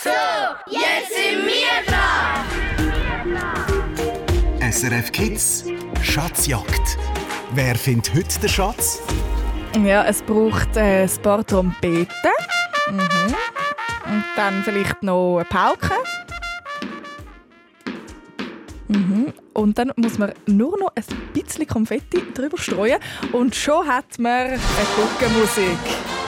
So, jetzt sind wir dran! SRF Kids Schatzjagd. Wer findet heute den Schatz? Ja, es braucht ein paar Trompeten. Und dann vielleicht noch eine Pauke. Und dann muss man nur noch ein bisschen Konfetti drüber streuen. Und schon hat man eine Guggenmusik.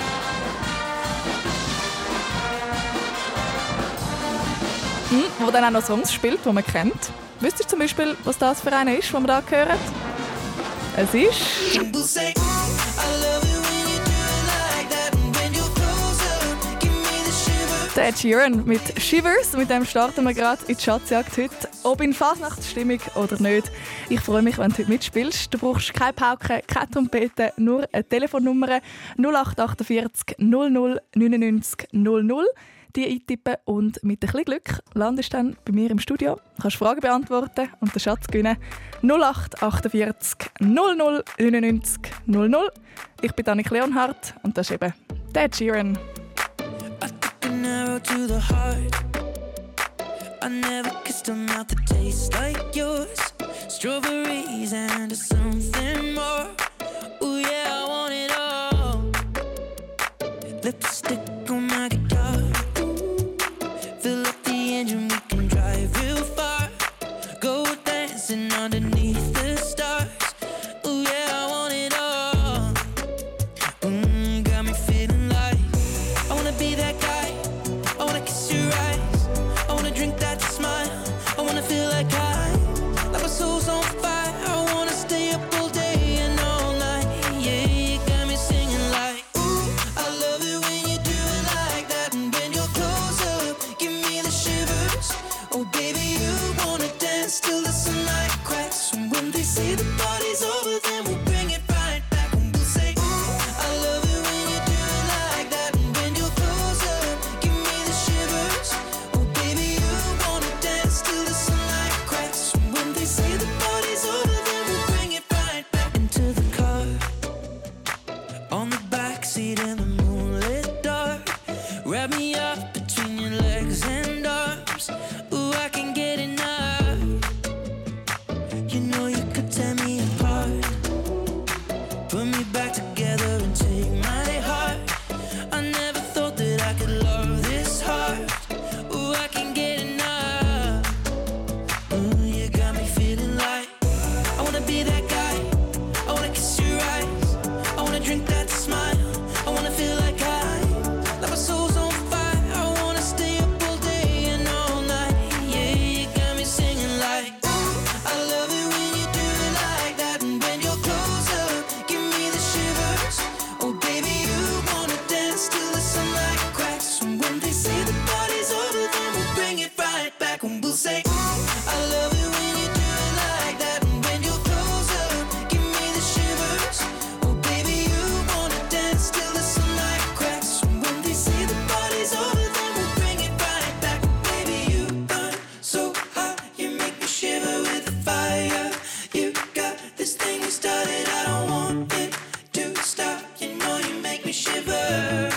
Wo dann auch noch Songs spielt, die man kennt. Wisst ihr zum Beispiel, was das für einer ist, den wir hier hören? Es ist... der Ed Sheeran mit Shivers. Mit dem starten wir gerade in die Schatzjagd heute. Ob in Fasnachtsstimmung oder nicht. Ich freue mich, wenn du heute mitspielst. Du brauchst keine Pauke, keine Trompete, nur eine Telefonnummer 0848 00 99 00. Die eintippen und mit ein bisschen Glück landest du dann bei mir im Studio. Du kannst Fragen beantworten und den Schatz gewinnen. 0848 00 99 00. Ich bin Annik Leonhardt und das ist eben der Ed Sheeran. An arrow to the heart. I never kissed a mouth that tastes like yours. Strawberries and something more. Ooh yeah, I want it all. Lipstick on my guitar. Fill up the engine, we can drive real far. Go dancing underneath the stars. Ooh yeah, I want it all. Got me feeling like I wanna be that guy. I wanna kiss your eyes. I wanna drink that smile. I wanna feel like my soul's on fire. I wanna stay up all day and all night. Yeah, you got me singing like, ooh, I love it when you do it like that. And when you're close up, give me the shivers. Oh baby, you wanna dance till the sunlight cracks. And when they say the party's over, then we'll bring it right back. And we'll say, ooh, I love it when you do it like that. And when you're close up, give me the shivers. Oh baby, you wanna dance till the sunlight cracks. And when they say the party's over, then we'll bring it right back into the car. On the backseat in the moonlit dark. Wrap me up between your legs and arms. Ooh, I can get enough. You know you could tear me apart. Put me back together and take my heart. I never thought that I could love this hard. Ooh, I can get enough. Ooh, you got me feeling like I wanna be that guy. I wanna kiss your eyes. I wanna drink that smile. I wanna feel like my soul's on fire. I wanna stay up all day and all night. Yeah, you got me singing like, ooh, I love it when you do it like that. And when you're close up, give me the shivers. Oh baby, you wanna dance till the sunlight cracks. And when they say the party's over, then we'll bring it right back. And we'll say, ooh, I love it when you do it like that. And when you're close up, give me the shivers. Oh baby, you wanna dance till the sunlight cracks. And when they say the party's over, then we'll bring it right back. Baby, you burn so hot, you make me shiver with the fire. You got this thing we started, I don't want it to stop. You know you make me shiver.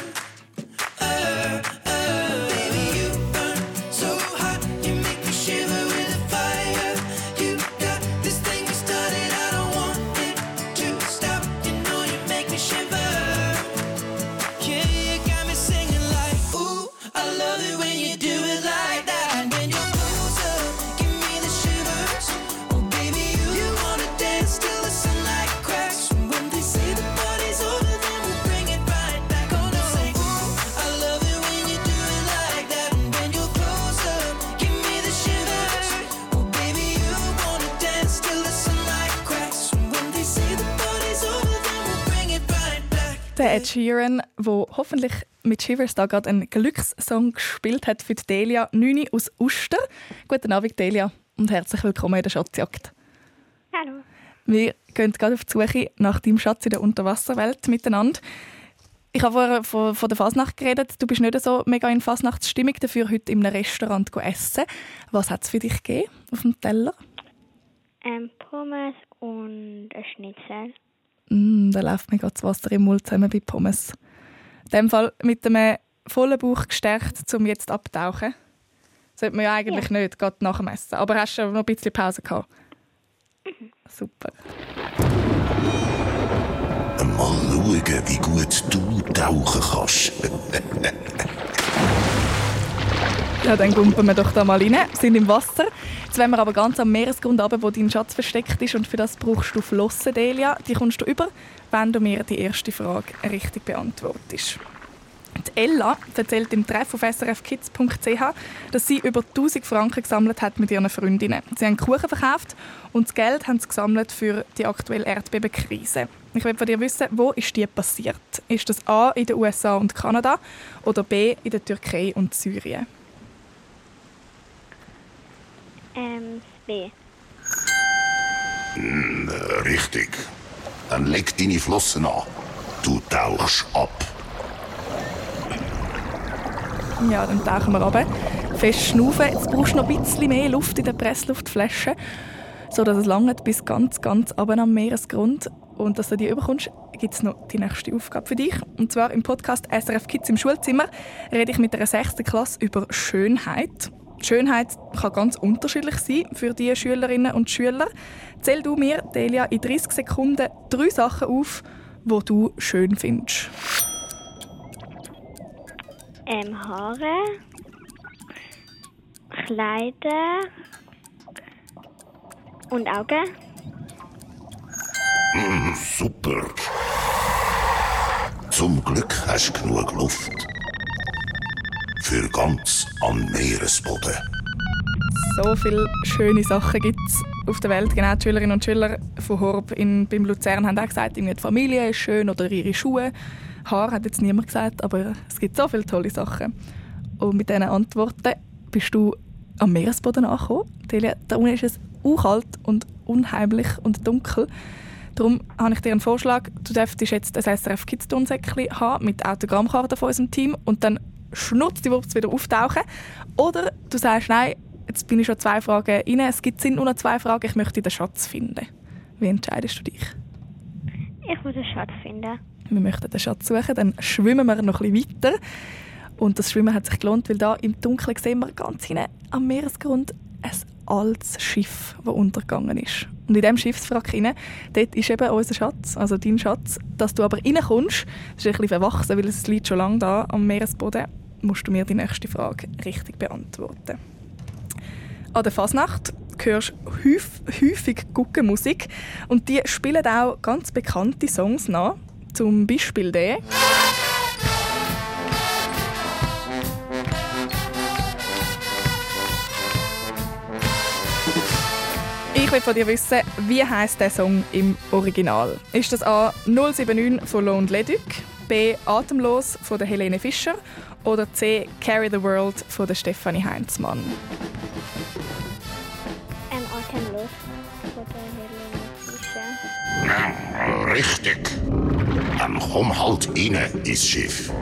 Baby, you burn so hot, you make me shiver with the fire. You got this thing we started, I don't want it to stop. You know you make me shiver. Yeah, you got me singing like, ooh, I love it when you do it like that. And when you're close up, give me the shivers. Oh baby, you wanna dance till the sunlight cracks. And when they say the party's over, then we'll bring it right back. Oh no, say, ooh, I love it when you do it like that. And when you're close up, give me the shivers. Oh baby, you wanna dance till the sunlight cracks. And when they say the party's over, then we'll bring it right back. Der Ed Sheeran, der hoffentlich mit Shivers da gerade einen Glückssong gespielt hat für die Delia 9 aus Uster. Guten Abend, Delia, und herzlich willkommen in der Schatzjagd. Hallo. Wir gehen gerade auf die Suche nach deinem Schatz in der Unterwasserwelt miteinander. Ich habe vorher von der Fasnacht geredet. Du bist nicht so mega in Fasnachtsstimmung, dafür heute in einem Restaurant essen. Was hat es für dich gegeben auf dem Teller? Pommes und ein Schnitzel. Da läuft mir gerade das Wasser im Mund zusammen bei Pommes. In dem Fall mit einem vollen Bauch gestärkt, um jetzt abtauchen? Sollte man ja eigentlich nicht, gerade nach dem Essen. Aber hast du noch ein bisschen Pause gehabt? Super. Mal schauen, wie gut du tauchen kannst. Ja, dann gumpen wir doch da mal rein. Wir sind im Wasser. Jetzt wollen wir aber ganz am Meeresgrund runter, wo dein Schatz versteckt ist. Und für das brauchst du Flossen, Delia. Die kommst du über, wenn du mir die erste Frage richtig beantwortest. Die Ella erzählt im Treff auf srfkids.ch, dass sie über 1000 Franken gesammelt hat mit ihren Freundinnen. Sie haben Kuchen verkauft und das Geld haben sie gesammelt für die aktuelle Erdbebenkrise. Ich will von dir wissen, wo ist die passiert? Ist das A in den USA und Kanada oder B in der Türkei und Syrien? B. Richtig. Dann leg deine Flossen an. Du tauchst ab. Ja, dann tauchen wir runter. Fest schnaufen. Jetzt brauchst du noch ein bisschen mehr Luft in der Pressluftflasche, sodass es langt bis ganz runter am Meeresgrund. Und dass du die überkommst, gibt es noch die nächste Aufgabe für dich. Und zwar im Podcast SRF Kids im Schulzimmer rede ich mit einer 6. Klasse über Schönheit. Schönheit kann ganz unterschiedlich sein für die Schülerinnen und Schüler. Zähl du mir, Delia, in 30 Sekunden 3 Sachen auf, die du schön findest. Haare, Kleider und Augen. Super. Zum Glück hast du genug Luft. Für ganz am Meeresboden. So viele schöne Sachen gibt es auf der Welt. Genau, die Schülerinnen und Schüler von Horb beim Luzern haben auch gesagt, die Familie ist schön oder ihre Schuhe. Haar hat jetzt niemand gesagt, aber es gibt so viele tolle Sachen. Und mit diesen Antworten bist du am Meeresboden angekommen. Da unten ist es kalt und unheimlich und dunkel. Darum habe ich dir einen Vorschlag. Du dürftest jetzt ein SRF Kids Turnsäckchen haben mit Autogrammkarten von unserem Team und dann schnurzdiwupps wieder auftauchen. Oder du sagst, nein, jetzt bin ich schon 2 Fragen rein, es sind nur noch 2 Fragen, ich möchte den Schatz finden. Wie entscheidest du dich? Ich muss den Schatz finden. Wir möchten den Schatz suchen, dann schwimmen wir noch ein bisschen weiter. Und das Schwimmen hat sich gelohnt, weil da im Dunkeln sehen wir ganz hinten am Meeresgrund ein altes Schiff, das untergegangen ist. Und in diesem Schiffswrack hinein, dort ist eben unser Schatz, also dein Schatz. Dass du aber reinkommst, das ist ein bisschen verwachsen, weil es liegt schon lange da am Meeresboden, musst du mir die nächste Frage richtig beantworten. An der Fasnacht hörst du häufig Guckenmusik und die spielen auch ganz bekannte Songs nach. Zum Beispiel den. Ich will von dir wissen, wie heisst der Song im Original? Ist das A 079 von Lone Leduc, B Atemlos von der Helene Fischer oder C Carry the World von der Stefanie Heinzmann? Atemlos von der Helene Fischer. Richtig. Dann komm halt rein ins Schiff.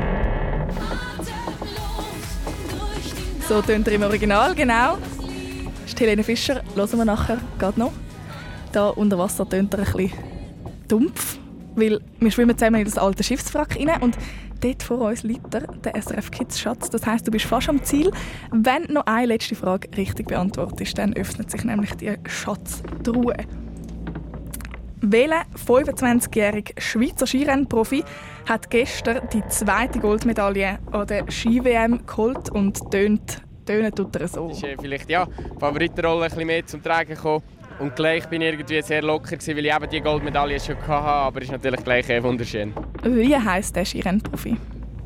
So tönt er im Original, genau. Das ist Helene Fischer. Hören wir nachher gerade noch. Da unter Wasser tönt er ein bisschen dumpf, weil wir schwimmen zusammen in das alte Schiffswrack rein und dort vor uns liegt der SRF Kids Schatz. Das heisst, du bist fast am Ziel. Wenn du noch eine letzte Frage richtig beantwortest, dann öffnet sich nämlich die Schatztruhe. Welcher 25-jährige Schweizer Skirennprofi hat gestern die 2. Goldmedaille an der Ski-WM geholt und tönen tut er so? Das ist vielleicht die Favoritenrolle ein bisschen mehr zum Tragen gekommen. Und gleich bin ich irgendwie sehr locker gewesen, weil ich eben die Goldmedaille schon hatte, aber es ist natürlich gleich wunderschön. Wie heisst der Skirennprofi?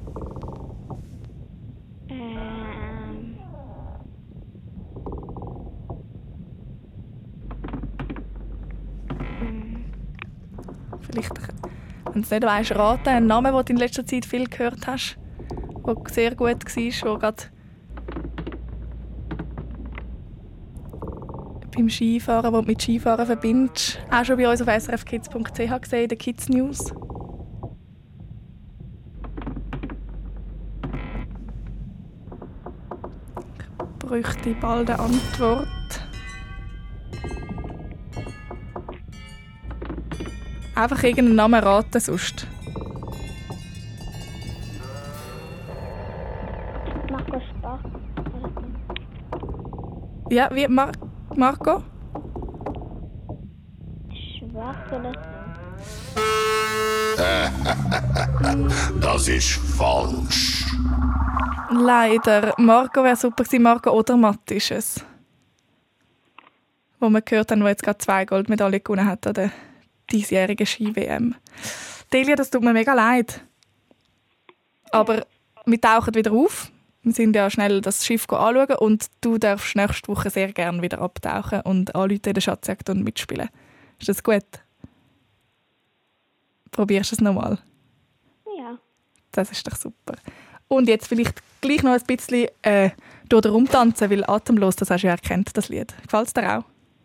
Vielleicht, wenn du es nicht weißt, raten. Ein Name, den du in letzter Zeit viel gehört hast, der sehr gut war, der gerade beim Skifahren, den du mit Skifahren verbindest. Auch schon bei uns auf srfkids.ch gesehen, in den Kids News. Ich bräuchte bald eine Antwort. Einfach irgendeinen Namen raten sonst. Ja, wie Marco? Schwarz oder so. Das ist falsch. Leider. Marco wäre super gewesen. Marco Odermatt ist es. Wo wir gehört haben, der jetzt gerade 2 Goldmedaillen gewonnen hat an der diesjährigen Ski-WM. Delia, das tut mir mega leid. Aber wir tauchen wieder auf. Wir sind ja schnell das Schiff anschauen und du darfst nächste Woche sehr gerne wieder abtauchen und anrufen in der Schatzjagd und mitspielen. Ist das gut? Probierst du es nochmal? Ja. Das ist doch super. Und jetzt vielleicht gleich noch ein bisschen durch den rumtanzen, weil «Atemlos», das hast du ja erkannt, das Lied. Gefällt es dir auch?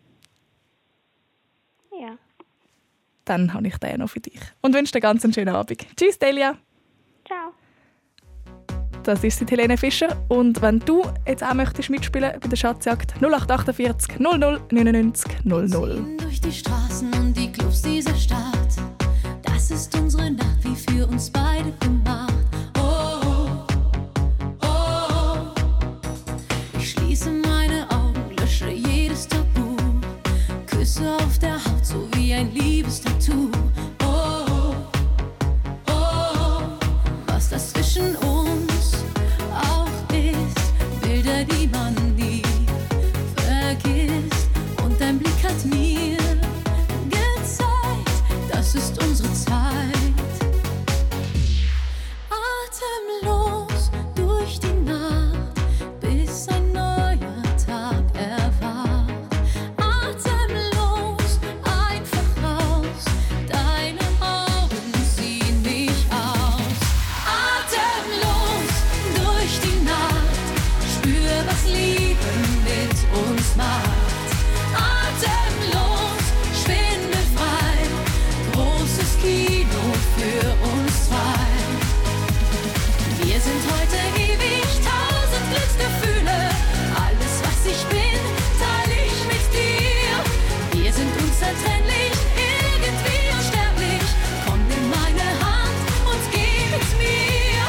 Ja. Dann habe ich den noch für dich. Und wünsche dir ganz einen schönen Abend. Tschüss, Delia. Ciao. Das ist die Helene Fischer. Und wenn du jetzt auch möchtest mitspielen bei der Schatzjagd, 0848 00 99 00. Ziehen durch die Straßen und die Clubs dieser Stadt. Das ist unsere Nacht, wie für uns beide gemacht. Oh, oh, oh. Ich schließe meine Augen, lösche jedes Tabu. Küsse auf der Haut, so wie ein Liebestattoo. Oh, oh, oh. Was das zwischen uns auch ist, Bilder, die man nie vergisst. Und dein Blick hat mir gezeigt, das ist unsere Zeit. Atemlos durch die Nacht, bis ein neuer Tag erwacht. Atemlos einfach raus, deine Augen ziehen mich aus. Atemlos durch die Nacht, spür, was Liebe mit uns macht. Atemlos, schwindelfrei, großes Kino für uns zwei. Wir sind heute ewig, 1000 Glücksgefühle. Alles, was ich bin, teile ich mit dir. Wir sind unzertrennlich, irgendwie unsterblich. Komm, nimm meine Hand und geh mit mir.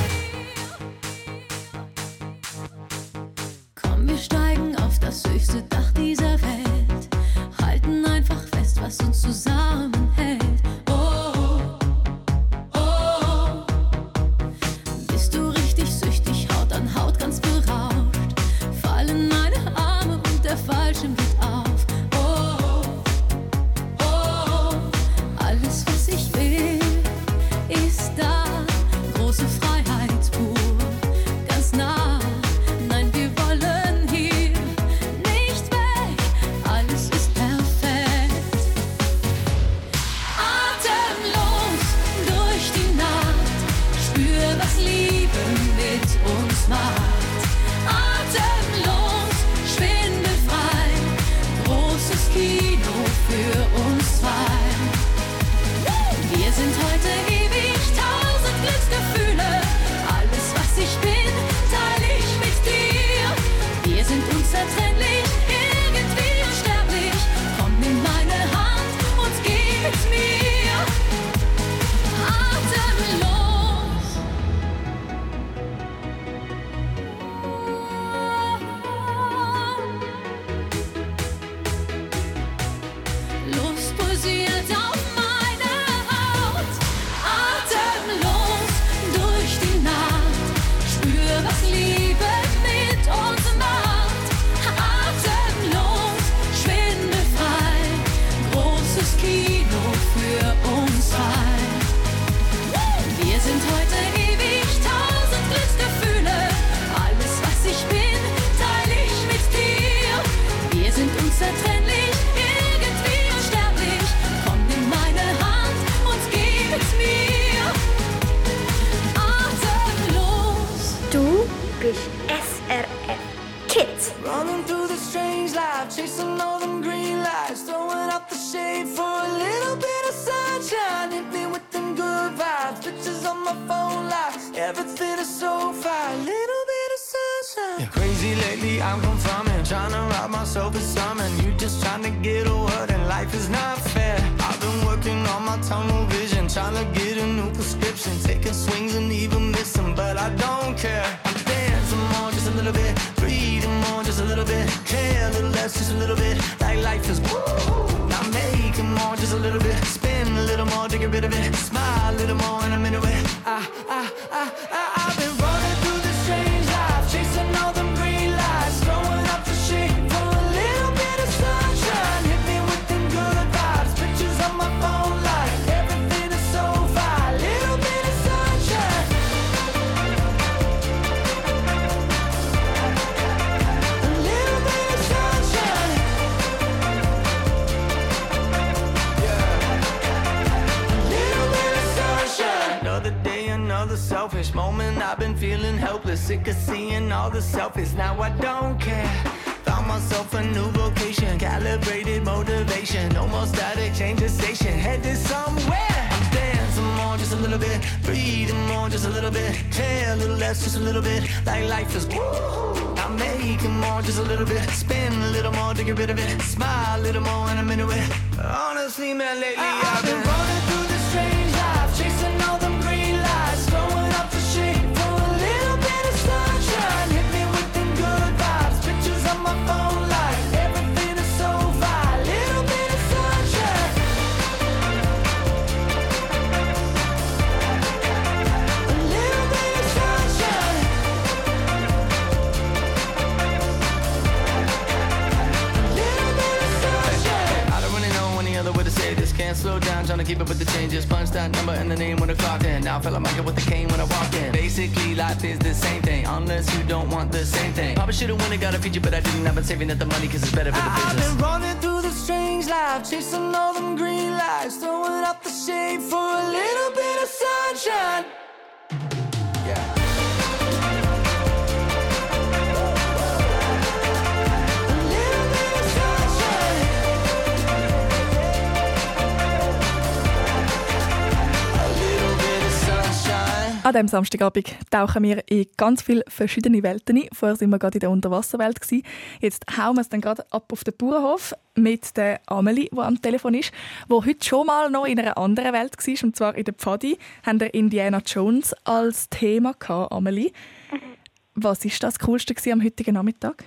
Komm, wir steigen auf das höchste Dach dieser Welt. Halten einfach fest, was uns zusammenhält. Oh, oh, oh. Bist du richtig süchtig, Haut an Haut ganz berauscht. Fallen meine Arme und der Fallschirm geht auf. Oh, oh, oh. Alles, was ich will, ist da. Große Freiheit pur, ganz nah. Nein, wir wollen hier nicht weg. Alles ist perfekt. Atemlos durch die Nacht, spür, was Liebe mit uns macht. Atemlos, schwindelfrei, großes Kino für uns zwei. Wir sind heute ewig, 1000 Glücksgefühle. Alles, was ich bin, teile ich mit dir. Wir sind unzertrennlich, irgendwie unsterblich. Komm, nimm meine Hand und geh mit mir. Atemlos. Lust pulsiert auf meine Haut. Atemlos durch die Nacht, spür, was Liebe mit uns macht. Atemlos, schwindelfrei, großes Kino für uns zwei. Wir sind heute ewig, 1000 Glücksgefühle. Alles, was ich bin, teile ich mit dir. Wir sind unzertrennlich, irgendwie unsterblich. Komm, nimm meine Hand und geh mit mir. Atemlos. Du bist SRF Kids. Running through the strange life, chasing all them green lights, throwing out the shade for a little bit of sunshine. Hit me with them good vibes, pictures on my phone live. Everything is so fine, little bit of sunshine. Yeah, crazy lately, I'm confirming, trying to rob myself of something. You just trying to get a word, and life is not fair. I've been working on my tunnel vision, trying to get a new prescription, taking swings and even missing, but I don't care. I'm dancing more, just a little bit, breathing more, just a little bit. Hey, less, just a little bit. Like life is woo. Now make it more, just a little bit. Spin a little more to get rid of it. Smile a little more in a minute with. I've been running through this strange life, chasing all them green lights, throwing up the shade for a little bit of sunshine. Hit me with them good vibes, pictures on my phone like everything is so fine. Little bit of sunshine. A little bit of sunshine. Another day, another selfish moment. I've been feeling helpless, sick of seeing all the selfies. Now I don't care. Found myself a new vocation, calibrated motivation. No more static, change the station, headed somewhere. I'm dancing more, just a little bit. Breathing more, just a little bit. Care a little less, just a little bit. Like life is woo. I'm making more, just a little bit. Spin a little more to get rid of it. Smile a little more in a minute with. Honestly, man, lately I've been running through this strange life, chasing all them green lights, throwing up the shade for a little bit of sunshine. Hit me with them good vibes, pictures on my phone like everything is so fine. Little bit of sunshine. A little bit of sunshine. A little bit of sunshine. I don't really know any other way to say this. Can't slow down, trying to keep up with the changes. Punch that number in the name when I clocked in. Now I feel like Michael with the cane when I walked in. Basically, life is the same thing, unless you don't want the same thing. Probably should've won and got a feature, but I didn't. I've been saving up the money, cause it's better for the business. I've been running through the strange life, chasing all them green lights, throwing up the shade for a little bit of sunshine. Yeah. A little bit of sunshine. A little bit of sunshine. An diesem Samstagabend tauchen wir in ganz viele verschiedene Welten ein. Vorher waren wir gerade in der Unterwasserwelt. Jetzt hauen wir es dann gerade ab auf den Bauernhof mit der Amelie, die am Telefon ist, die heute schon mal noch in einer anderen Welt war, und zwar in der Pfadi. Haben wir Indiana Jones als Thema gehabt, Amelie. Was war das Coolste am heutigen Nachmittag?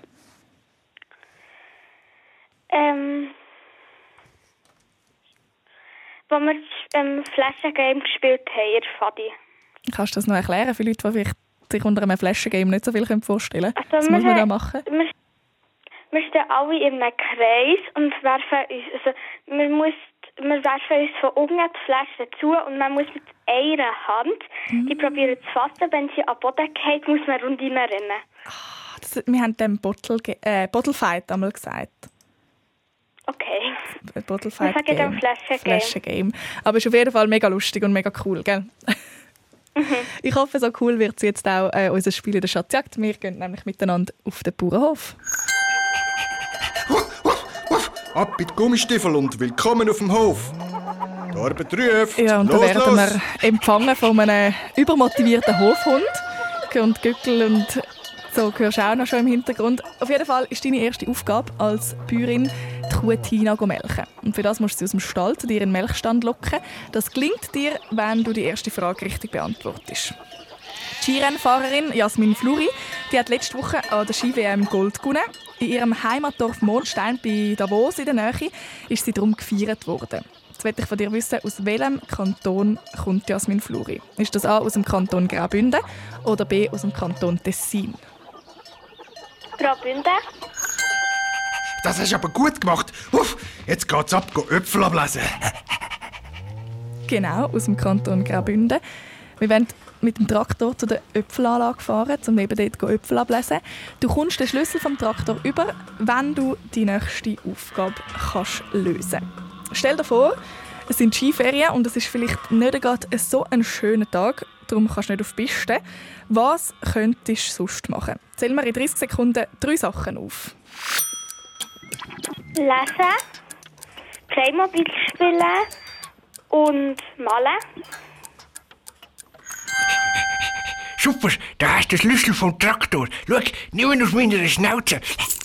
Wo wir Flaschengame gespielt haben in der Pfadi. Kannst du das noch erklären für Leute, die vielleicht sich unter einem Flaschengame nicht so viel vorstellen können? Also Was muss man da machen? Wir stehen alle in einem Kreis und werfen uns, wir werfen uns von unten die Flasche zu und man muss mit einer Hand die probieren zu fassen. Wenn sie am Boden geht, muss man rundherum rennen. Wir haben dem Bottle Fight einmal gesagt. Okay. Bottle Fight wir sagen Game. dann Flaschengame. Aber es ist auf jeden Fall mega lustig und mega cool, gell? Ich hoffe, so cool wird es jetzt auch unser Spiel in der Schatzjagd. Wir gehen nämlich miteinander auf den Bauernhof. Ab mit Gummistiefel und willkommen auf dem Hof. Die Arbeit ruft. Ja, und los, da werden los. wir empfangen von einem übermotivierten Hofhund. Und Gückel und so hörst du auch noch schon im Hintergrund. Auf jeden Fall ist deine erste Aufgabe als Bäuerin, die Kuh Tina melken. Und für das musst du sie aus dem Stall zu dir in den Melkstand locken. Das gelingt dir, wenn du die erste Frage richtig beantwortest. Die Skirennfahrerin Jasmin Fluri, die hat letzte Woche an der Ski-WM Gold gewonnen. In ihrem Heimatdorf Mondstein bei Davos in der Nähe ist sie darum gefeiert worden. Jetzt möchte ich von dir wissen, aus welchem Kanton kommt Jasmin Fluri? Ist das A aus dem Kanton Graubünden oder B aus dem Kanton Tessin? Graubünden. Das hast du aber gut gemacht. Uff, jetzt geht's ab, Äpfel ablesen. Genau, aus dem Kanton Graubünden. Wir wollen mit dem Traktor zu der Äpfelanlage fahren, um eben dort Äpfel ablesen. Du kommst den Schlüssel vom Traktor über, wenn du die nächste Aufgabe kannst lösen kannst. Stell dir vor, es sind Skiferien und es ist vielleicht nicht gerade so ein schöner Tag, darum kannst du nicht auf die Piste. Was könntest du sonst machen? Zähl mir in 30 Sekunden 3 Sachen auf. Lesen, Playmobil spielen und malen. Super, da hast du den Schlüssel vom Traktor. Schau, nimm ihn aus meiner Schnauze.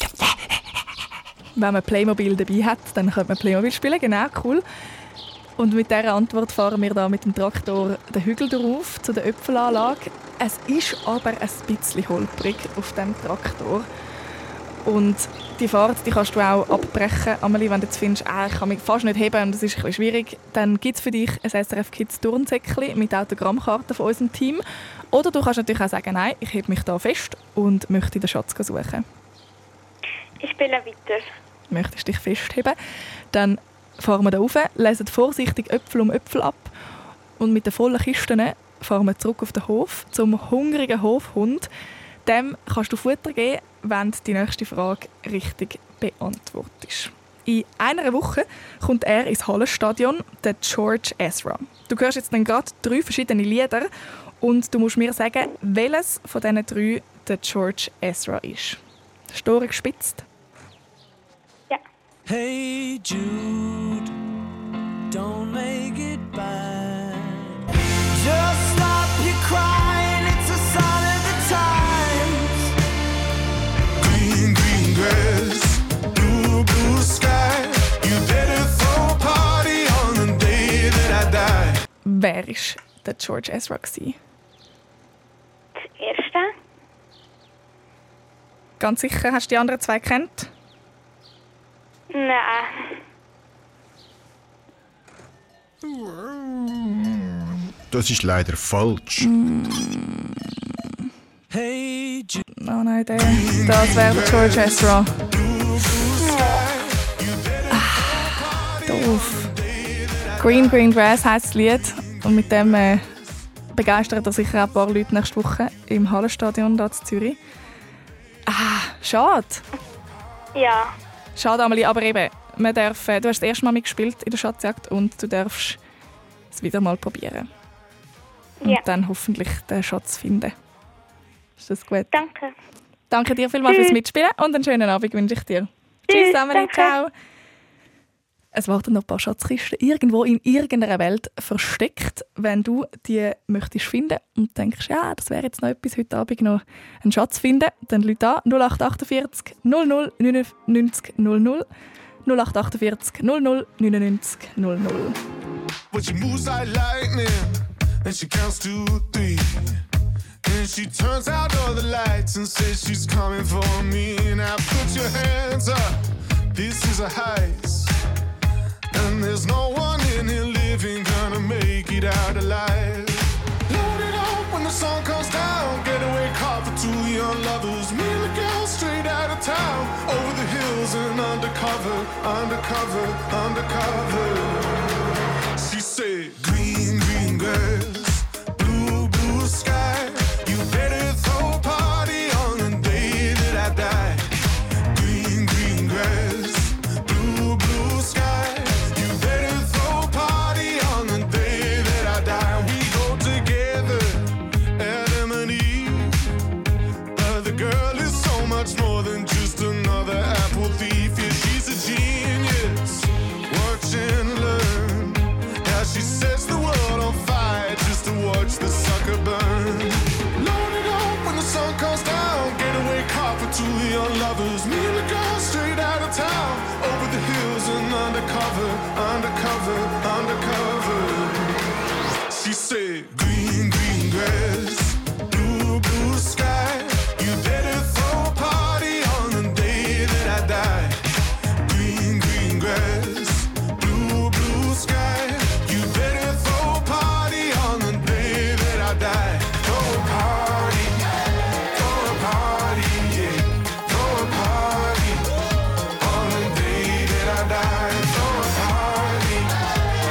Wenn man Playmobil dabei hat, dann könnte man Playmobil spielen. Genau, cool. Und mit dieser Antwort fahren wir da mit dem Traktor den Hügel drauf zu der Äpfelanlage. Es ist aber ein bisschen holprig auf dem Traktor. Und die Fahrt die kannst du auch abbrechen. Amelie, wenn du jetzt findest, ich kann mich fast nicht heben und das ist ein bisschen schwierig, dann gibt es für dich ein SRF Kids Turnsäckchen mit Autogrammkarten von unserem Team. Oder du kannst natürlich auch sagen, nein, ich hebe mich da fest und möchte den Schatz suchen. Ich spiele weiter. Möchtest dich festheben? Dann fahren wir da rauf, lesen vorsichtig Äpfel um Äpfel ab und mit den vollen Kisten fahren wir zurück auf den Hof zum hungrigen Hofhund. Dem kannst du Futter geben, wenn du die nächste Frage richtig beantwortest. In einer Woche kommt er ins Hallenstadion, der George Ezra. Du hörst jetzt dann gerade 3 verschiedene Lieder und du musst mir sagen, welches von diesen 3 der George Ezra ist. Hast du Ohren gespitzt? Ja. Hey Jude, don't make it bad. Just stop your crying, it's a sign of the times. Green, green grass, blue, blue sky. You better throw a party on the day that I die. Wer war der George Ezra? Das erste. Ganz sicher, hast du die anderen 2 gekannt? Nein. Das ist leider falsch. Hey Jude. Oh nein, das wäre der George Ezra. Doof. Green Green Grass heisst das Lied. Und mit dem begeistert er sicher auch ein paar Leute nächste Woche im Hallenstadion hier in Zürich. Schade. Ja. Schade, Amelie, aber eben, du hast das erste Mal mitgespielt in der Schatzjagd und du darfst es wieder mal probieren. Und dann hoffentlich den Schatz finden. Ist das gut? Danke. Danke dir vielmals fürs Mitspielen und einen schönen Abend wünsche ich dir. Tschüss, Amelie, ciao. Es warten noch ein paar Schatzkisten irgendwo in irgendeiner Welt versteckt. Wenn du die möchtest finden und denkst, ja, das wäre jetzt noch etwas, heute Abend noch einen Schatz finden, dann rufe an 0848 00 99 00 0848 00 99 00. But she moves like lightning, and she counts to 3. And she turns out all the lights and says she's coming for me. Now put your hands up, this is a heist. And there's no one in here living gonna make it out alive. Load it up when the sun comes down. Getaway car for 2 young lovers. Me and the girl straight out of town. Over the hills and undercover, undercover, undercover. She said, green, green grass, blue, blue sky. You better throw a party on the day that I die. Green, green grass, blue, blue sky. More than just another apple thief. Yeah, she's a genius. Watch and learn how she sets the world on fire just to watch the sucker burn. Load it up when the sun comes down. Getaway car for 2 young lovers. Me and the girl straight out of town. Over the hills and undercover, undercover, undercover. She said, green, green grass, blue, blue sky. You better throw a party on the day that I die. Green, green grass, blue, blue sky. You better throw a party on the day that I die. Throw a party, yeah. Throw a party on the day that I die. Throw a party,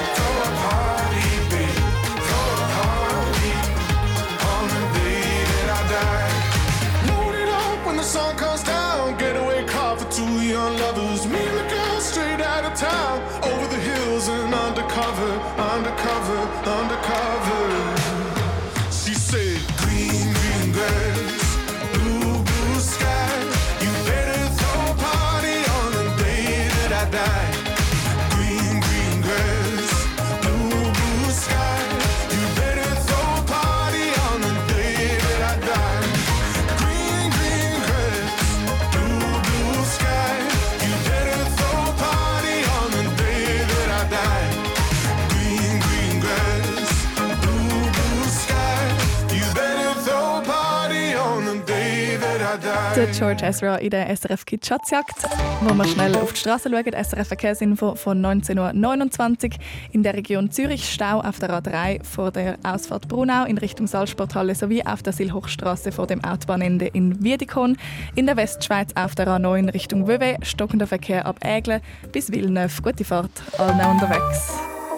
Der George Ezra in der SRF Kids Schatzjagd, wo wir schnell auf die Straße schauen. SRF Verkehrsinfo von 19.29 Uhr in der Region Zürich. Stau auf der A3 vor der Ausfahrt Brunau in Richtung Salzsporthalle sowie auf der Silhochstrasse vor dem Autobahnende in Wiedikon. In der Westschweiz auf der A9 Richtung Vevey. Stockender Verkehr ab Aigle bis Villeneuve. Gute Fahrt allen unterwegs.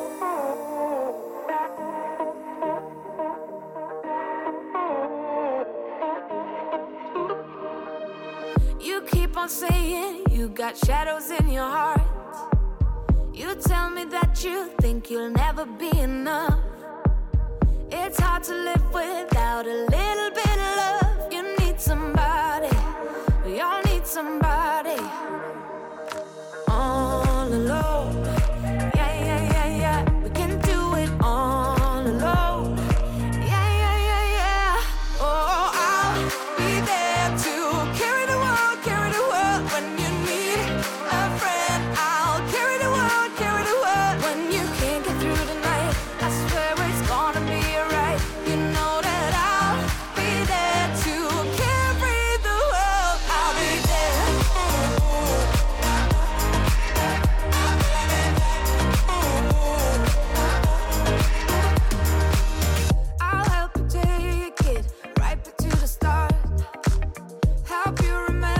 Saying you got shadows in your heart. You tell me that you think you'll never be enough. It's hard to live without a little bit of love. You need somebody, we all need somebody. All alone, yeah, yeah, yeah, yeah. We can do it all alone, yeah, yeah, yeah, yeah. Oh, I'll be there to carry the world. When you need a friend, I'll carry the world when you can't get through the night. I swear it's gonna be alright. You know that I'll be there to carry the world. I'll be there. I'll help you take it right back to the start. Help you remember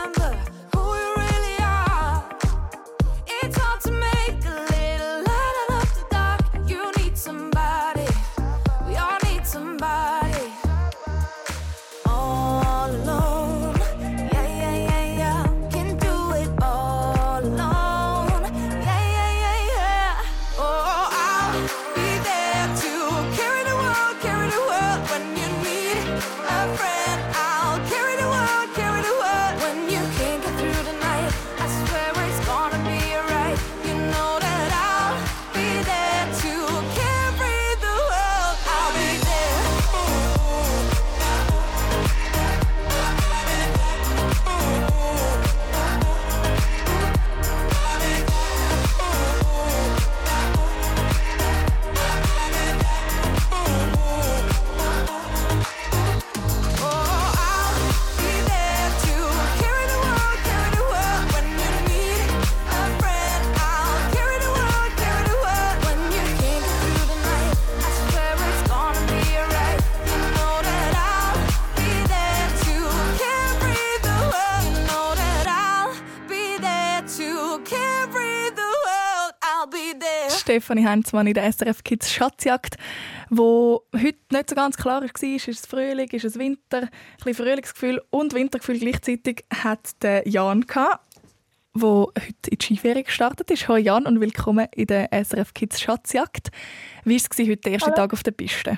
Stefanie Heinzmann in der SRF Kids Schatzjagd, wo heute nicht so ganz klar war, ist es Frühling, ist es Winter, ein bisschen Frühlingsgefühl und Wintergefühl gleichzeitig hat der Jan gehabt, der heute in die Skiferie gestartet ist. Hallo Jan und willkommen in der SRF Kids Schatzjagd. Wie war es heute, der erste Tag auf der Piste?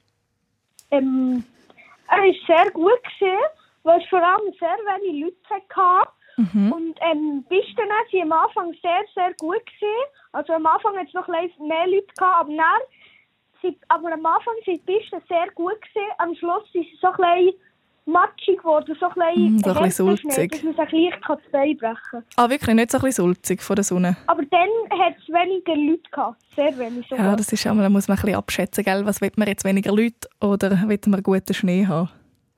Er war sehr gut, weil es vor allem sehr wenige Leute hatte. Und die Pisten waren am Anfang sehr, sehr gut. Also am Anfang hat es noch mehr Leute gehabt, aber am Anfang waren die Pisten sehr gut. Am Schluss ist es so ein bisschen matschig geworden, so ein bisschen sulzig. Dass man sich leicht das Bein brechen kann. Ah, wirklich? Nicht so ein bisschen sulzig von der Sonne? Aber dann hat es weniger Leute gehabt. Sehr wenig sogar. Ja, das ist einmal, da muss man ein bisschen abschätzen, gell? Was will man jetzt, weniger Leute oder will man guten Schnee haben?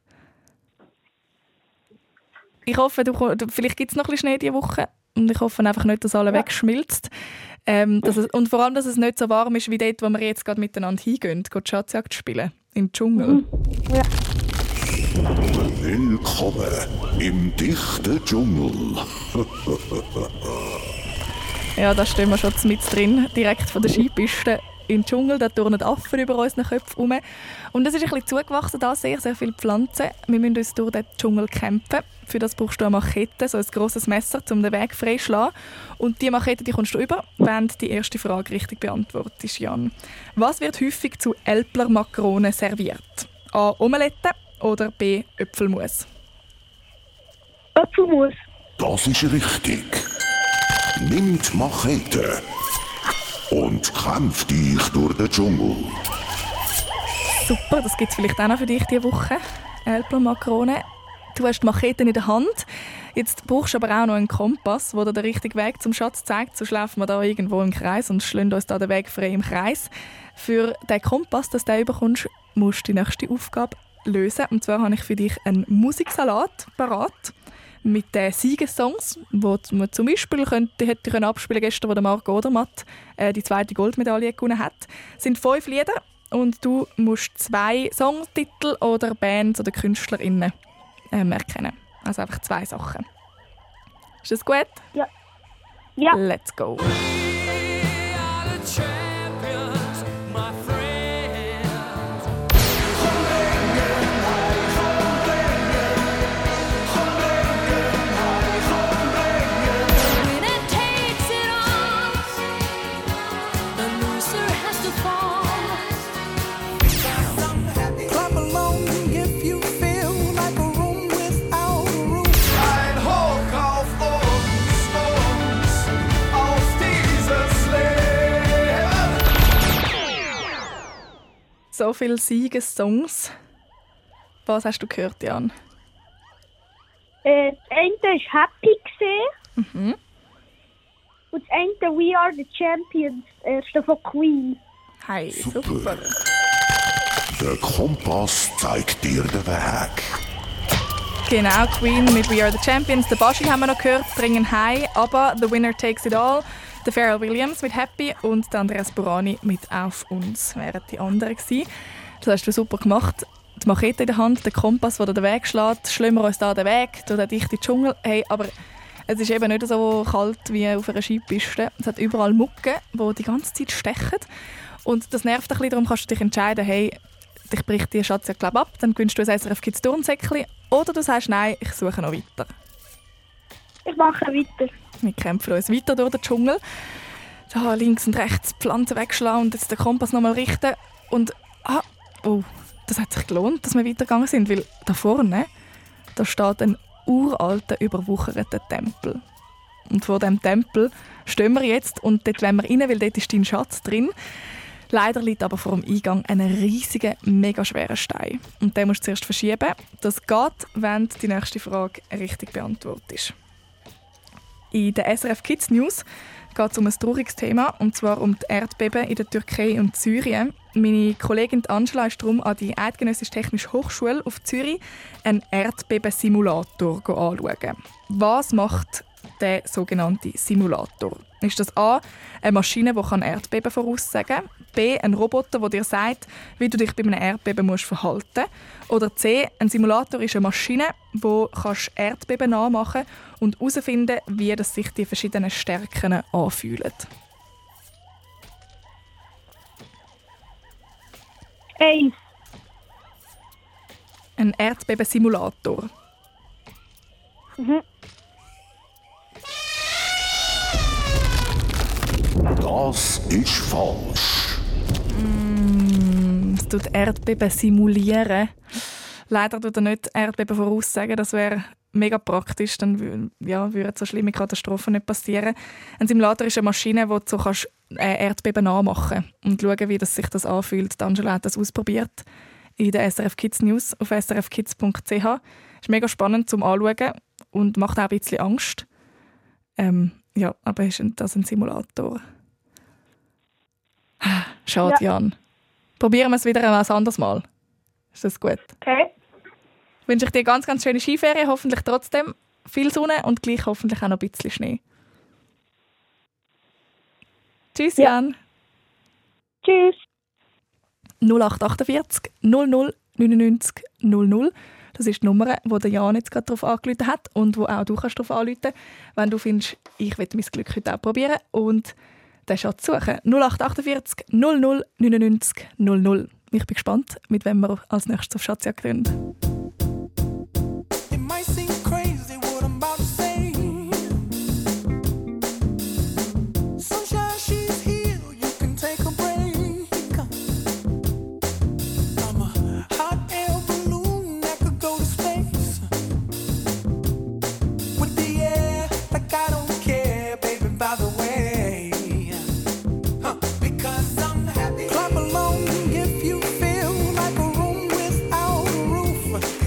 Ich hoffe, vielleicht gibt es noch ein bisschen Schnee diese Woche. Und ich hoffe einfach nicht, dass alle wegschmilzt. Und vor allem, dass es nicht so warm ist wie dort, wo wir jetzt gerade miteinander hingehen, Schatzjagd spielen. Im Dschungel. Ja. Willkommen im dichten Dschungel. Ja, da stehen wir schon mit drin, direkt von der Skipiste im Dschungel. Da turnen Affen über unseren Köpfen herum. Und es ist ein bisschen zugewachsen, da sehr, sehr viele Pflanzen. Wir müssen uns durch den Dschungel kämpfen. Für das brauchst du eine Machete, so ein grosses Messer, um den Weg freizuschlagen. Und diese Machete die kommst du über, wenn du die erste Frage richtig beantwortest, Jan. Was wird häufig zu Älpler Makronen serviert? A. Omelette oder B. Äpfelmus? Äpfelmus. Das ist richtig. Nimm die Machete und kämpf dich durch den Dschungel. Super, das gibt es vielleicht auch noch für dich diese Woche. Älpler Makronen. Du hast die Machete in der Hand. Jetzt brauchst du aber auch noch einen Kompass, der dir den richtigen Weg zum Schatz zeigt. So laufen wir da irgendwo im Kreis und schlagen uns da den Weg frei im Kreis. Für den Kompass, dass du den bekommst, musst du die nächste Aufgabe lösen. Und zwar habe ich für dich einen Musiksalat parat mit den Siegessongs, die man zum Beispiel hätte abspielen gestern, wo der Marco Odermatt die 2. Goldmedaille gewonnen hat. Es sind 5 Lieder und du musst 2 Songtitel oder Bands oder KünstlerInnen erkennen. Also einfach 2 Sachen. Ist das gut? Ja. Ja. Let's go. So viele Siegessongs. Was hast du gehört, Jan? Das eine war «Happy». Mhm. Und das andere «We are the Champions», das erste von Queen. Hey, super. Der Kompass zeigt dir den Weg. Genau, Queen mit «We are the Champions». Den Baschi haben wir noch gehört, «Bringen heim». Aber «The Winner Takes It All». Der Pharrell Williams mit «Happy» und der Andreas Burani mit «Auf uns» wären die anderen gewesen. Das hast du super gemacht. Die Machete in der Hand, der Kompass, der den Weg schlägt. Schlimmer uns da den Weg durch den dichten Dschungel. Hey, aber es ist eben nicht so kalt wie auf einer Skipiste. Es hat überall Mucke, die die ganze Zeit stechen. Und das nervt ein bisschen, darum kannst du dich entscheiden, hey, ich breche die Schatzjagd ab, dann gewinnst du ein SRF Kids Turnsäckchen. Oder du sagst, nein, ich suche noch weiter. Ich mache weiter. Wir kämpfen uns weiter durch den Dschungel. Da links und rechts Pflanzen wegschlagen und jetzt den Kompass nochmal richten. Und das hat sich gelohnt, dass wir weitergegangen sind, weil da vorne da steht ein uralter, überwucherter Tempel. Und vor diesem Tempel stehen wir jetzt und dort wollen wir rein, weil dort ist dein Schatz drin. Leider liegt aber vor dem Eingang ein riesiger, mega schwerer Stein. Und den musst du zuerst verschieben. Das geht, wenn die nächste Frage richtig beantwortet ist. In der SRF Kids News geht es um ein trauriges Thema, und zwar um die Erdbeben in der Türkei und Syrien. Meine Kollegin Angela ist darum an die Eidgenössische Technische Hochschule auf Zürich einen Erdbebensimulator anschauen. Was macht der sogenannte Simulator? Ist das A, eine Maschine, die Erdbeben voraussagen kann, B, ein Roboter, der dir sagt, wie du dich bei einem Erdbeben verhalten musst, oder C, ein Simulator ist eine Maschine, die Erdbeben nachmachen und herausfinden, wie sich die verschiedenen Stärken anfühlen? Eins. Ein Erdbebensimulator. Mhm. Das ist falsch. Es tut Erdbeben simulieren. Leider tut er nicht Erdbeben voraussagen. Das wäre mega praktisch. Dann würden so schlimme Katastrophen nicht passieren. Ein Simulator ist eine Maschine, wo du Erdbeben nachmachen kannst und schauen, wie sich das anfühlt. Angela hat das ausprobiert in der SRF Kids News auf srfkids.ch. Ist mega spannend zum Anschauen und macht auch ein bisschen Angst. Aber ist das ein Simulator? Schade, ja. Jan. Probieren wir es wieder ein anderes Mal. Ist das gut? Okay. Wünsche ich dir ganz, ganz schöne Skiferien. Hoffentlich trotzdem viel Sonne und gleich hoffentlich auch noch ein bisschen Schnee. Tschüss, ja. Jan. Tschüss. 0848 00 99 00. Das ist die Nummer, die der Jan jetzt gerade darauf angerufen hat und wo auch du kannst darauf anrufen kannst, wenn du findest, ich will mein Glück heute auch probieren und den Schatz suchen. 0848 00 99 00. Ich bin gespannt, mit wem wir als nächstes auf Schatzjagd gehen. Clap along if you feel like a room without a roof.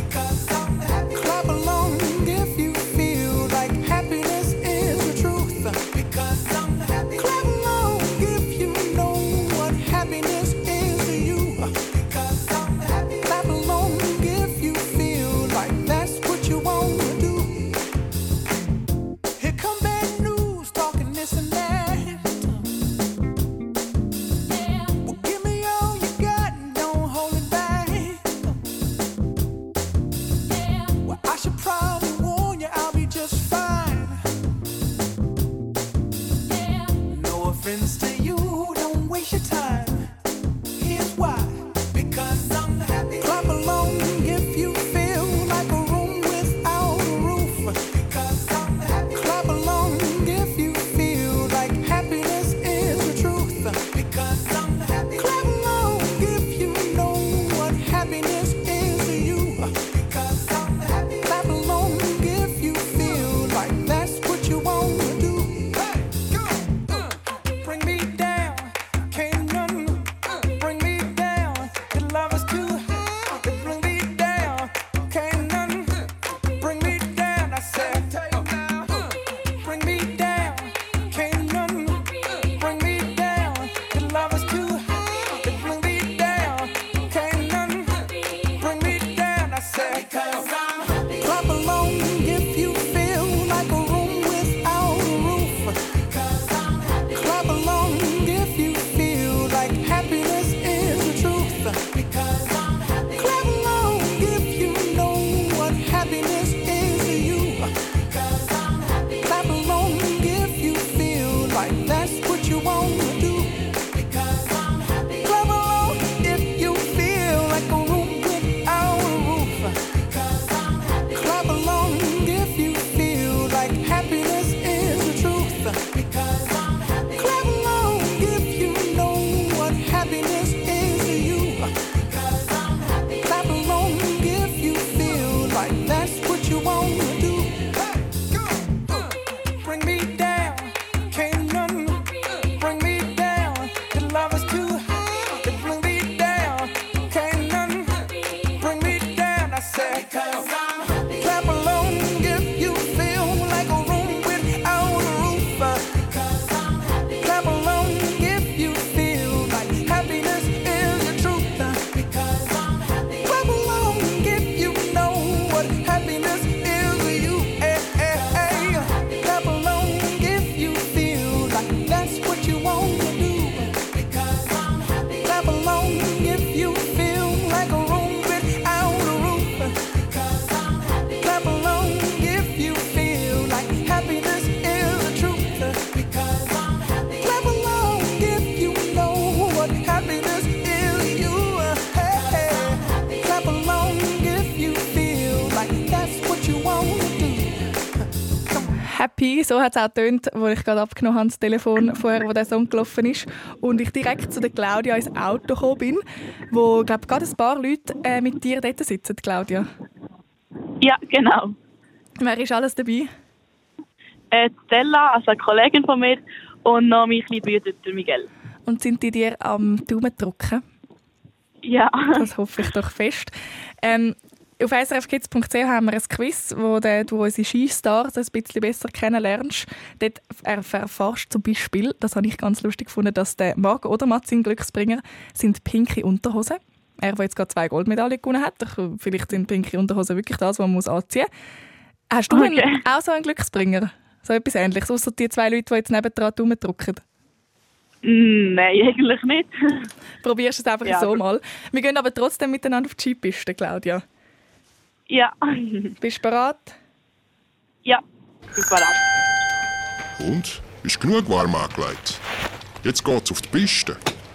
Happy, so hat es auch getönt, als ich gerade abgenommen habe, das Telefon vorher, wo der Song gelaufen ist. Und ich direkt zu der Claudia ins Auto gekommen bin, wo, glaube ich, gerade ein paar Leute mit dir dort sitzen, Claudia. Ja, genau. Wer ist alles dabei? Stella, also eine Kollegin von mir, und noch mein kleiner Bruder, der Miguel. Und sind die dir am Daumen drücken? Ja. Das hoffe ich doch fest. Auf srfkids.ch haben wir ein Quiz, wo du unsere Skistars ein bisschen besser kennenlernst. Dort erfährst du zum Beispiel, das habe ich ganz lustig gefunden, dass der Marc Odermatt, sein Glücksbringer, sind pinke Unterhosen. Er, der jetzt gerade 2 Goldmedaillen gewonnen hat. Vielleicht sind pinke Unterhosen wirklich das, was man anziehen muss. Hast du auch so einen Glücksbringer? So etwas Ähnliches, außer die 2 Leute, die jetzt nebendran rumdrücken? Nein, eigentlich nicht. Probierst es einfach so mal. Wir gehen aber trotzdem miteinander auf die Skipiste, Claudia. Ja. Bist du bereit? Ja, ich bin bereit. Und? Bist genug warm angelegt? Jetzt geht's auf die Piste.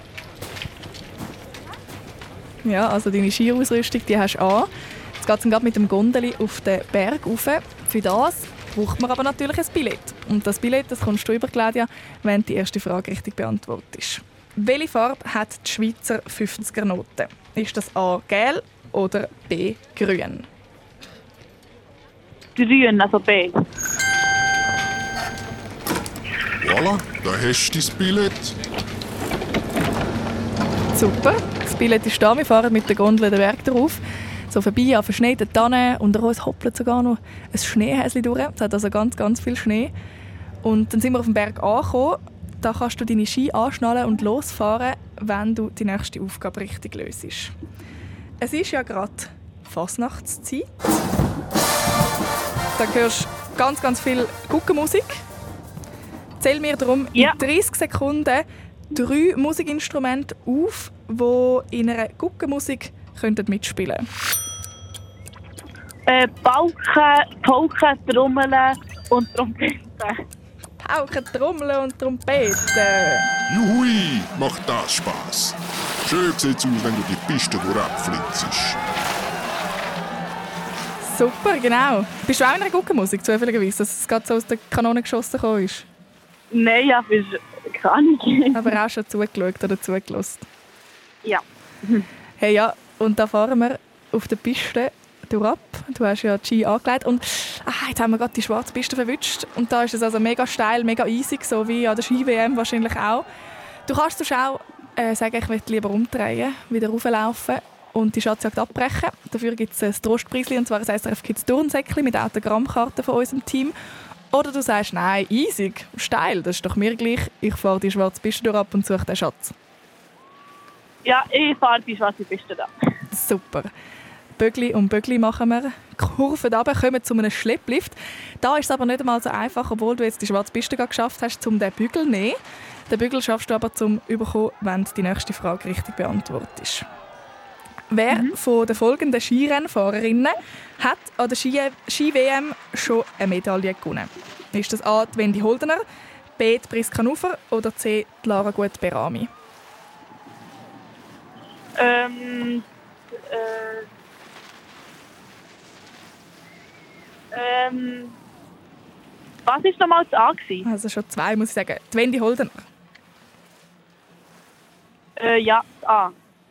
Ja, also deine Skiausrüstung, die hast du an. Jetzt geht es gerade mit dem Gondeli auf den Berg rauf. Für das braucht man aber natürlich ein Billett. Und das Billett, das kommst du über, Claudia, wenn die erste Frage richtig beantwortet ist. Welche Farbe hat die Schweizer 50er-Note? Ist das A, gelb oder B, grün? Grün, also B. Voilà, da hast du dein Billett. Super, das Billett ist da. Wir fahren mit der Gondel den Berg drauf. So vorbei an verschneiten Tannen und es hoppelt sogar noch ein Schneehäschen durch. Es hat also ganz, ganz viel Schnee. Und dann sind wir auf dem Berg angekommen. Da kannst du deine Ski anschnallen und losfahren, wenn du die nächste Aufgabe richtig löst. Es ist ja gerade Fasnachtszeit. Da hörst du ganz, ganz viel Guckenmusik. Zähl mir darum in 30 Sekunden 3 Musikinstrumente auf, die in einer Guckenmusik mitspielen könnten. Pauken, Pauken, Trommeln und Trompeten. Pauken, Trommeln und Trompeten. Juhui, macht das Spass. Schön sieht's aus, wenn du die Piste durchflitzest. Super, genau. Bist du auch in einer Guckenmusik, zufälligerweise, dass es gerade so aus der Kanone geschossen ist? Nein, ja, bist gar nicht. Aber auch schon zugeschaut oder zugelassen? Ja. Hey, ja, und da fahren wir auf der Piste durchab. Du hast ja die Ski angelegt und jetzt haben wir gerade die schwarze Piste verwünscht. Und da ist es also mega steil, mega easy, so wie an der Ski-WM wahrscheinlich auch. Du kannst auch sagen, ich möchte lieber umdrehen, wieder rauflaufen und die Schatzjagd abbrechen. Dafür gibt es ein Trostpreisli, und zwar ein SRF Kids Turnsäckchen mit Autogrammkarten von unserem Team. Oder du sagst, nein, easy, steil, das ist doch mir gleich. Ich fahre die schwarze Piste durchab und suche den Schatz. Ja, ich fahre die schwarze Piste da. Super. Bögli um Bögli machen wir. Kurven runter, kommen zu einem Schlepplift. Da ist es aber nicht einmal so einfach, obwohl du jetzt die schwarze Piste geschafft hast, um den Bügel zu nehmen. Den Bügel schaffst du aber zum Überkommen, wenn du die nächste Frage richtig beantwortest. Wer von den folgenden Skirennfahrerinnen hat an der Ski-WM schon eine Medaille gewonnen? Ist das A. die Wendy Holdener, B. die Priska Nufer oder C. die Lara Gut-Berami? Was war nochmal das A? Also schon 2, muss ich sagen. Die Wendy Holdener. Ja, das A.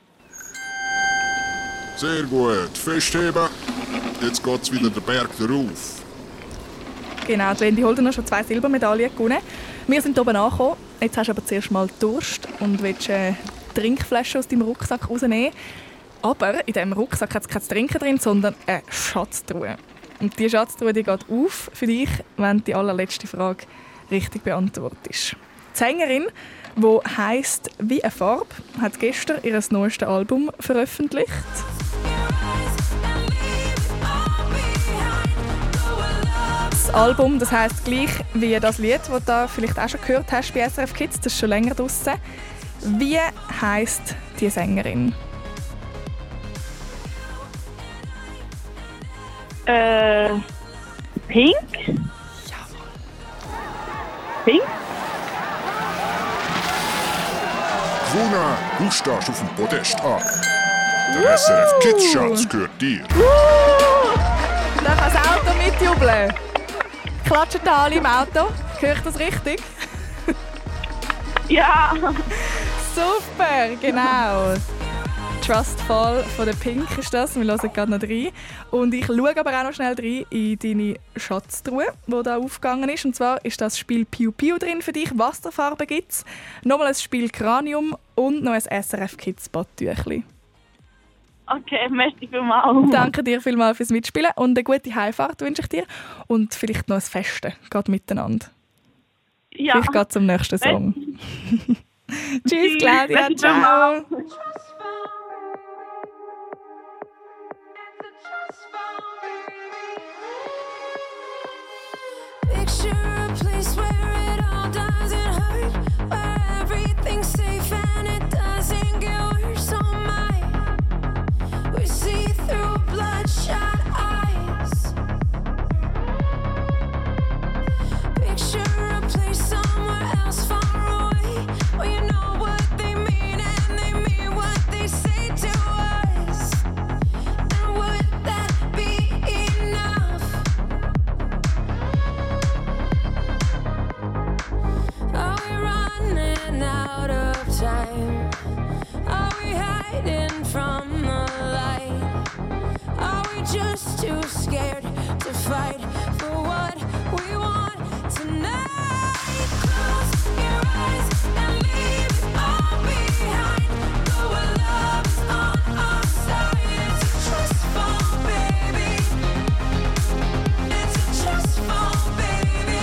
Sehr gut, festheben. Jetzt geht's wieder den Berg rauf. Genau, die Wendy Holdener hat schon 2 Silbermedaillen gewonnen. Wir sind oben angekommen. Jetzt hast du aber zuerst mal Durst und willst eine Trinkflasche aus deinem Rucksack rausnehmen. Aber in diesem Rucksack hat es kein Trinken drin, sondern eine Schatztruhe. Und diese Schatztruhe die geht auf für dich, wenn du die allerletzte Frage richtig beantwortest. Die Sängerin, die heisst «Wie eine Farbe», hat gestern ihr neuestes Album veröffentlicht. Das Album, das heisst gleich wie das Lied, das du da vielleicht auch schon gehört hast bei SRF Kids, das ist schon länger draussen. Wie heisst die Sängerin? Pink? Ja. Pink? Gewonnen, du stehst auf dem Podest an. Der SRF Kids Schatz gehört dir. Da kann das Auto mitjubeln. Klatschen da alle im Auto? Höre ich das richtig? Ja. Super, genau. Trust Fall von der Pink ist das. Wir hören gerade noch rein. Und ich schaue aber auch noch schnell rein in deine Schatztruhe, die da aufgegangen ist. Und zwar ist das Spiel Piu Piu drin für dich. Wasserfarben gibt es. Nochmal ein Spiel Cranium und noch ein SRF Kids Badtüchli. Okay, merci vielmals. Danke dir vielmals fürs Mitspielen und eine gute Heimfahrt wünsche ich dir. Und vielleicht noch ein Feste, gerade miteinander. Ja. Vielleicht geht zum nächsten Song. Tschüss, Claudia. Ciao. Picture a place where it all doesn't hurt, where everything's safe and it doesn't get worse. Oh my, we see through bloodshot eyes. Picture a place somewhere else far away, where you know what they mean and they mean what they say to us. And would that be enough? Are we running out of time? Are we hiding from the light? Are we just too scared to fight for what we want tonight? Close your eyes and leave it all behind. Go where love is on our side. It's a trust fall, baby. It's a trust fall, baby.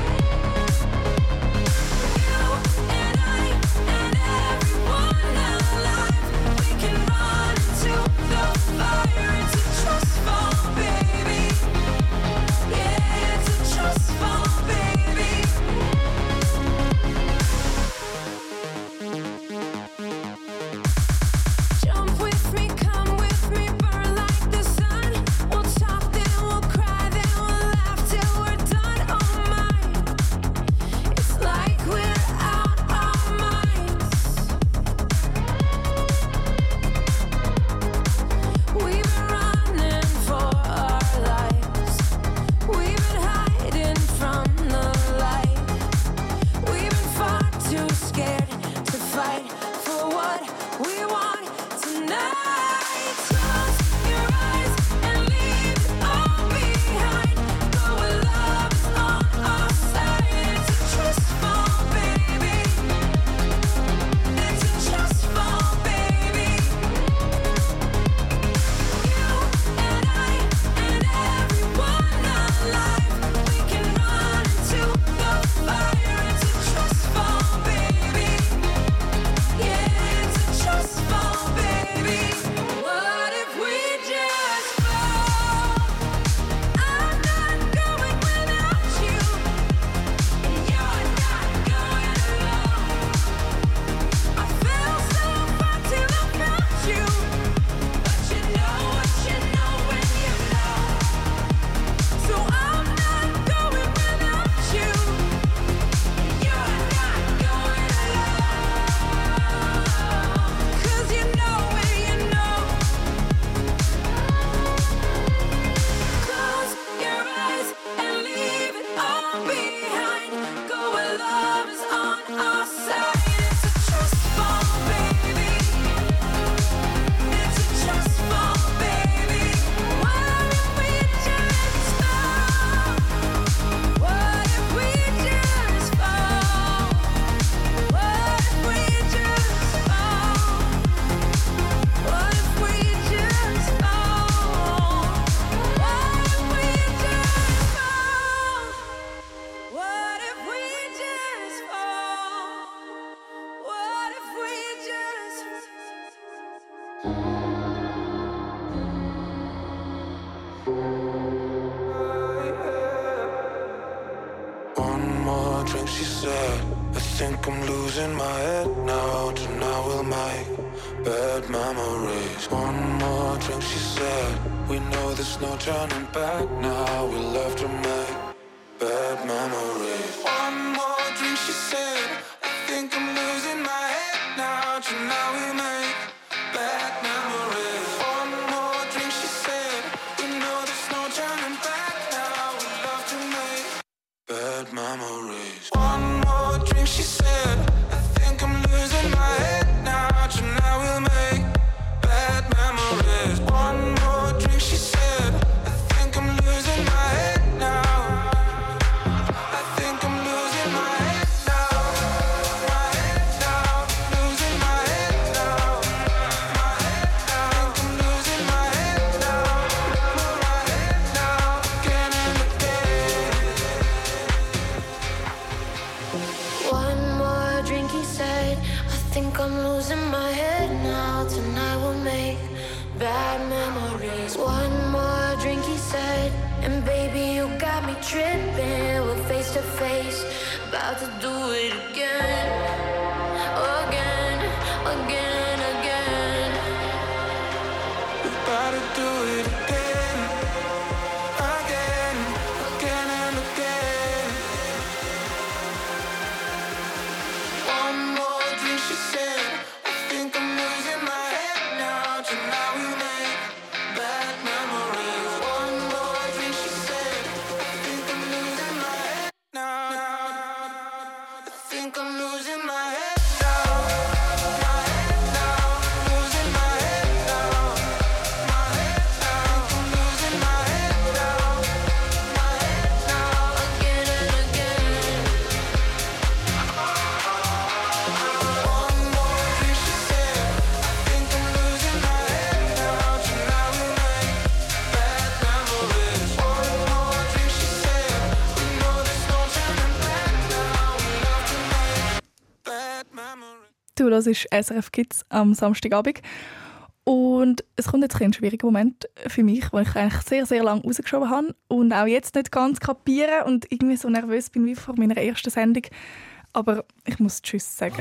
You and I and everyone alive, we can run into the fire. It's a trust fall, baby. Yeah, it's a trust fall, baby. Jump with me, come with me, burn like the sun. We'll talk, then we'll cry, then we'll laugh till we're done. Oh my, it's like we're out our minds. We've been running for our lives. We've been hiding from the light. We've been far too scared to fight for what we want tonight. Close your eyes and leave it all behind. Go where love is on our side. It's a trust fall, baby. It's a trust fall, baby. You and I and everyone alive, we can run into the fire. It's a trust fall, baby. Yeah, it's a trust fall, baby. What if we just fall? I'm not going without you, and you're not going alone. I fell so far till I found you, but you know what you know when you know. So I'm not going without you, and you're not going alone. 'Cause you know when you know. Close your eyes and leave it all behind. Go where love is on our side. It's a trust fall, baby. It's a trust fall, baby. What if we just fall? What if we just fall? What if we just fall? What if we just fall? What if we just fall? What if we just fall? What if we One more drink, she said. I think I'm losing my head now. Tonight we'll make bad memories. One more drink, she said. We know there's no turning back now. We'll have to make bad memories. One more drink, she said. I think I'm losing my head now. Tonight we'll make bad memories. One more drink, she said. We know there's no turning back now. We'll have to make bad memories. One more drink, she said. I think I'm losing my head now. Tonight we'll make bad memories. One more drink, she said. I think I'm losing my head now. I think I'm losing my head now. My head now, losing my head now. My head now, I think I'm losing my head now. My head now, again and again. One more drink, he said. I think I'm losing my head now. Tonight we'll make bad memories. One more drink, he said. And baby, you got me tripping. We're face to face, about to do it again. Again, again, again. We're about to do it again. Again, again and again. One more drink, she said. I think I'm losing my head now. Tonight we make bad memories. One more drink, she said. I think I'm losing my head now. I think I'm losing my head now. My head now, losing my head now. My head now, I'm losing my head now. My head now, again and again. One more drink, she said. I think I'm losing my head now. Tonight we make bad memories. One more drink, she said. We know there's no turning back now. We love to make bad memories. Du hörst SRF Kids am Samstagabend. Und es kommt jetzt ein schwieriger Moment für mich, wo ich eigentlich sehr, sehr lange rausgeschoben habe und auch jetzt nicht ganz kapieren und irgendwie so nervös bin wie vor meiner ersten Sendung. Aber ich muss Tschüss sagen.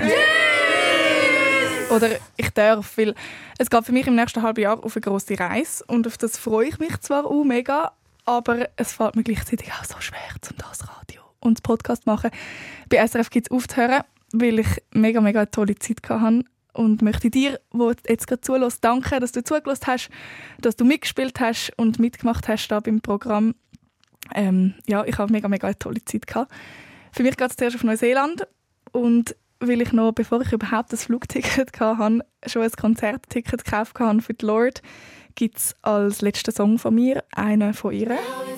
Oder ich darf, weil es geht für mich im nächsten halben Jahr auf eine grosse Reise und auf das freue ich mich zwar auch mega, aber es fällt mir gleichzeitig auch so schwer, um das Radio und das Podcast machen bei SRF Kids aufzuhören, weil ich mega, mega eine tolle Zeit hatte. Und möchte dir, der jetzt gerade zuhörst, danken, dass du zugelassen hast, dass du mitgespielt hast und mitgemacht hast da beim Programm. Ja, ich habe mega, mega eine tolle Zeit gehabt. Für mich geht es zuerst auf Neuseeland und weil ich noch, bevor ich überhaupt das Flugticket hatte, schon ein Konzertticket gekauft habe für die Lorde, gibt es als letzten Song von mir einen von ihr.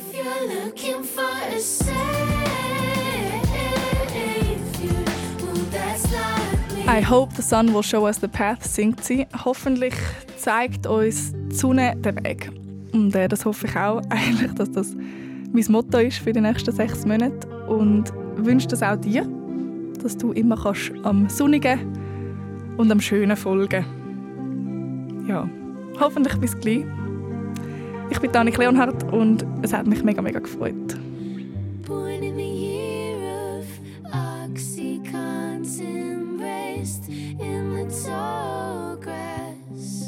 I hope the sun will show us the path, singt sie. Hoffentlich zeigt uns die Sonne den Weg. Und das hoffe ich auch, eigentlich, dass das mein Motto ist für die nächsten 6 Monate. Und wünsche das auch dir, dass du immer kannst am Sonnigen und am Schönen folgen. Ja, hoffentlich bis gleich. Ich bin Annik Leonhardt und es hat mich mega, mega gefreut. Born in the year of Oxycontin, embraced in the tall grass.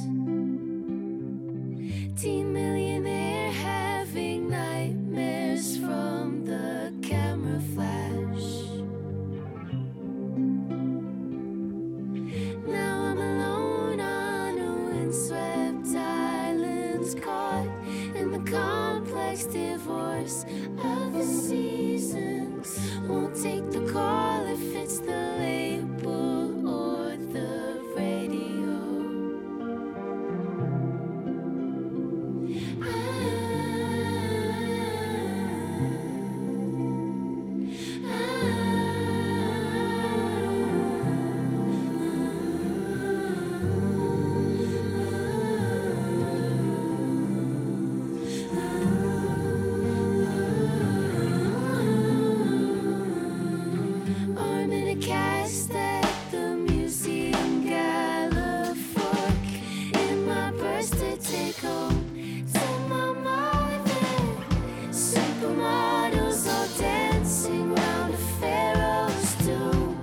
Teen millionaire having nightmares from the camera flash. Now I'm alone on a windswept island, caught in the complex divorce of the seasons. Won't take the call if it's the label or the radio. Arm in a cast at the Museum Gala fork in my purse to take home to my mother. Supermodels all dancing round a pharaoh's tomb.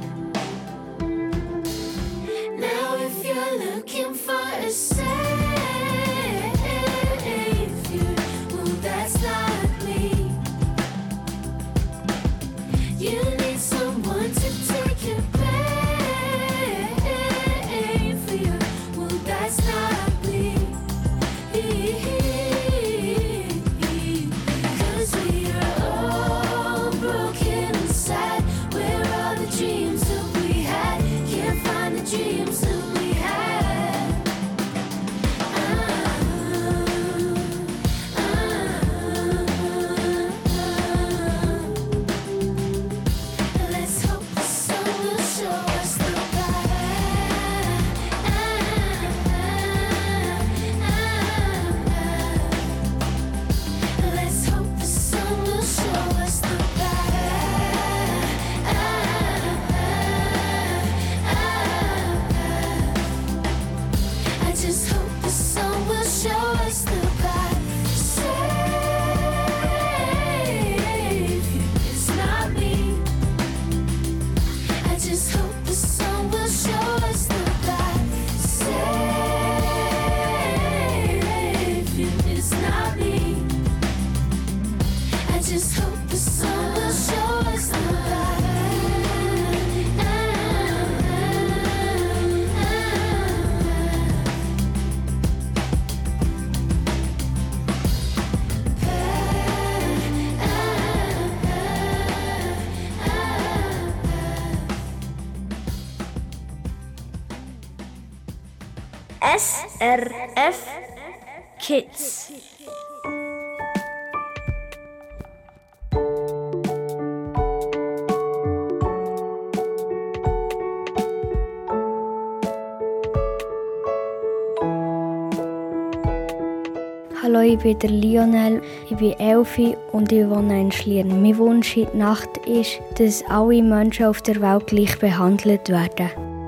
Now if you're looking for a savior, well that's not me. You need someone to take your pain for you. Well, that's not me. 'Cause we are all broken SRF Kids. Hallo, ich bin der Lionel, ich bin 11 und ich wohne in Schlieren. Mein Wunsch in der Nacht ist, dass alle Menschen auf der Welt gleich behandelt werden.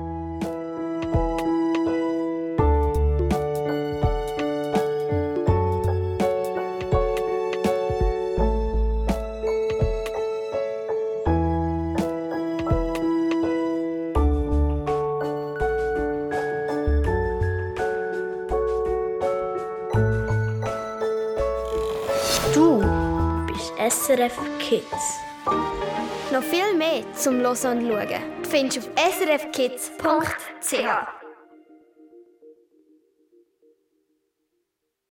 Du bist SRF Kids. Noch viel mehr zum Hören und Schauen findest du auf srfkids.ch.